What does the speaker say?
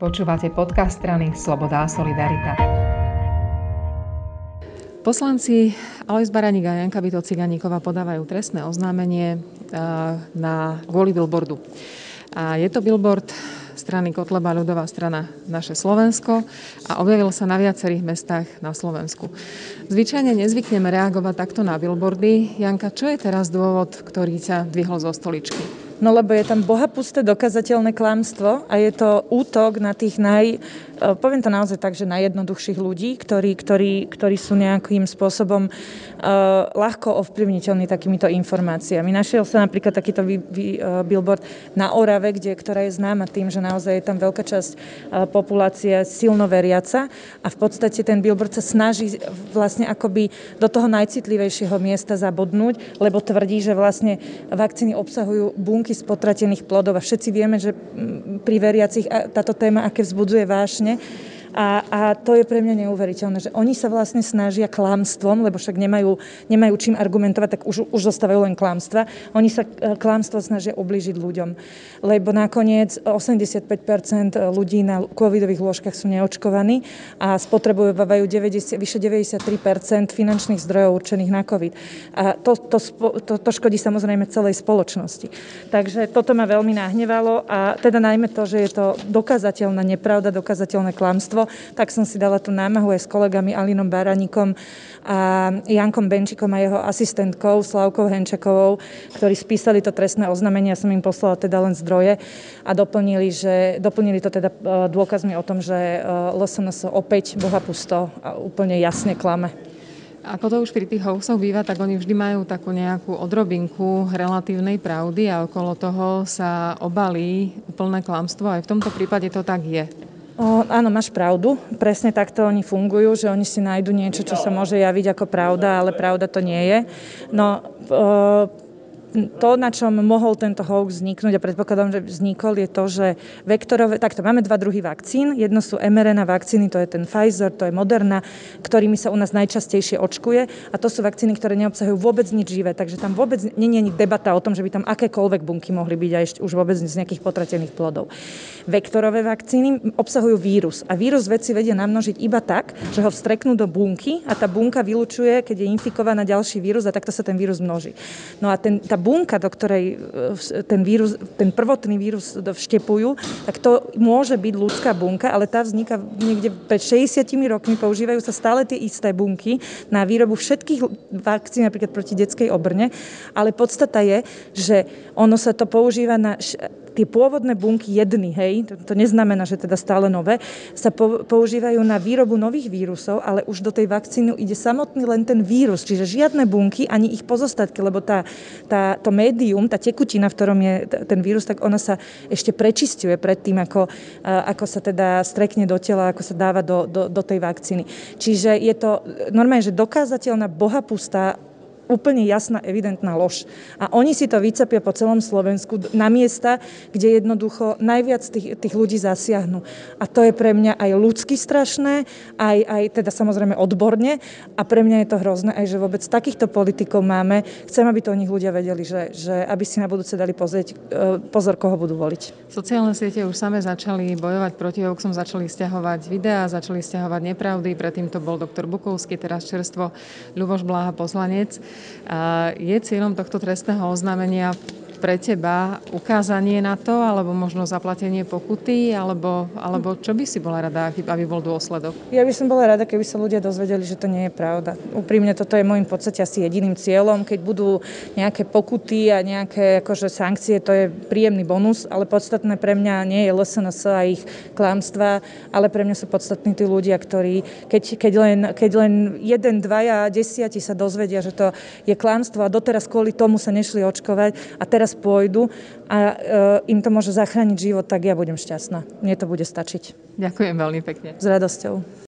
Počúvate podcast strany Sloboda a Solidarita. Poslanci Alojz Baraník a Janka Bito-Ciganíková podávajú trestné oznámenie kvôli billboardu. A je to billboard strany Kotleba, ľudová strana Naše Slovensko, a objavil sa na viacerých mestách na Slovensku. Zvyčajne nezvykneme reagovať takto na billboardy. Janka, čo je teraz dôvod, ktorý ťa dvihol zo stoličky? No lebo je tam bohapusté dokazateľné klamstvo a je to útok na tých poviem to naozaj tak, že najjednoduchších ľudí, ktorí sú nejakým spôsobom ľahko ovplyvniteľní takýmito informáciami. Našiel sa napríklad takýto billboard na Orave, ktorá je známa tým, že naozaj je tam veľká časť populácie silno veriaca, a v podstate ten billboard sa snaží vlastne akoby do toho najcitlivejšieho miesta zabodnúť, lebo tvrdí, že vlastne vakcíny obsahujú bunky z potratených plodov, a všetci vieme, že pri veriacich táto téma aké vzbudzuje vášne. A to je pre mňa neuveriteľné, že oni sa vlastne snažia klamstvom, lebo však nemajú čím argumentovať, tak už zostávajú len klamstva. Oni sa klamstvo snažia ublížiť ľuďom, lebo nakoniec 85% ľudí na covidových lôžkach sú neočkovaní a spotrebovávajú vyše 93% finančných zdrojov určených na covid. A to škodí samozrejme celej spoločnosti. Takže toto ma veľmi nahnevalo, a teda najmä to, že je to dokázateľná nepravda, dokázateľné klamstvo. Tak som si dala tú námahu aj s kolegami Alinom Baraníkom a Jankom Benčikom a jeho asistentkou Slavkou Henčakovou, ktorí spísali to trestné oznámenie. Ja som im poslala teda len zdroje a doplnili to teda dôkazmi o tom, že LSNS opäť bohapusto a úplne jasne klame. Ako to už pri tých hoaxoch býva, tak oni vždy majú takú nejakú odrobinku relatívnej pravdy a okolo toho sa obalí úplné klamstvo. Aj v tomto prípade to tak je. Áno, máš pravdu. Presne takto oni fungujú, že oni si nájdu niečo, čo sa môže javiť ako pravda, ale pravda to nie je. No, to, na čom mohol tento hoax vzniknúť, a predpokladám, že vznikol, je to, že vektorové... Takto, máme dva druhy vakcín. Jedno sú mRNA vakcíny, to je ten Pfizer, to je Moderna, ktorými sa u nás najčastejšie očkuje. A to sú vakcíny, ktoré neobsahujú vôbec nič živé. Takže tam vôbec nie je debata o tom, že by tam akékoľvek bunky mohli byť, a ešte už vôbec z nejakých potratených plodov. Vektorové vakcíny obsahujú vírus. A vírus vedci vedia namnožiť iba tak, že ho vstreknú do bunky, a tá bunka vylučuje, keď je infikovaná, ďalší vírus, a takto sa ten vírus množí. No a tá bunka, do ktorej ten prvotný vírus vštepujú, tak to môže byť ľudská bunka, ale tá vzniká niekde pred 60 rokmi, používajú sa stále tie isté bunky na výrobu všetkých vakcín, napríklad proti detskej obrne, ale podstata je, že ono sa to používa na tie pôvodné bunky jedny, hej, to neznamená, že teda stále nové, sa používajú na výrobu nových vírusov, ale už do tej vakcíny ide samotný len ten vírus, čiže žiadne bunky, ani ich pozostatky, lebo to médium, tá tekutina, v ktorom je ten vírus, tak ona sa ešte prečisťuje pred tým, ako sa teda strekne do tela, ako sa dáva do tej vakcíny. Čiže je to normálne, že dokázateľná bohapustá, úplne jasná, evidentná lož. A oni si to vycapia po celom Slovensku na miesta, kde jednoducho najviac tých ľudí zasiahnu. A to je pre mňa aj ľudsky strašné, aj teda samozrejme odborne, a pre mňa je to hrozné, aj že vôbec takýchto politikov máme. Chcem, aby to o nich ľudia vedeli, že aby si na budúce dali pozor, koho budú voliť. Sociálne siete už same začali bojovať proti hoaxom, začali stiahovať videá, začali stiahovať nepravdy. Predtým to bol doktor Bukovský, teraz čerstvo Ľuboš Bláha, poslanec. Je cieľom tohto trestného oznámenia pre teba ukázanie na to, alebo možno zaplatenie pokuty, alebo čo by si bola rada, aby bol dôsledok? Ja by som bola rada, keby sa ľudia dozvedeli, že to nie je pravda. Úprimne, toto je môjim podstate asi jediným cieľom. Keď budú nejaké pokuty a nejaké sankcie, to je príjemný bonus, ale podstatné pre mňa nie je LSNS a ich klamstvá, ale pre mňa sú podstatní tí ľudia, ktorí, keď len 1, 2 a 10 sa dozvedia, že to je klamstvo, a doteraz kvôli tomu sa nešli očkovať a teraz pôjdu a im to môže zachrániť život, tak ja budem šťastná. Mne to bude stačiť. Ďakujem veľmi pekne. S radosťou.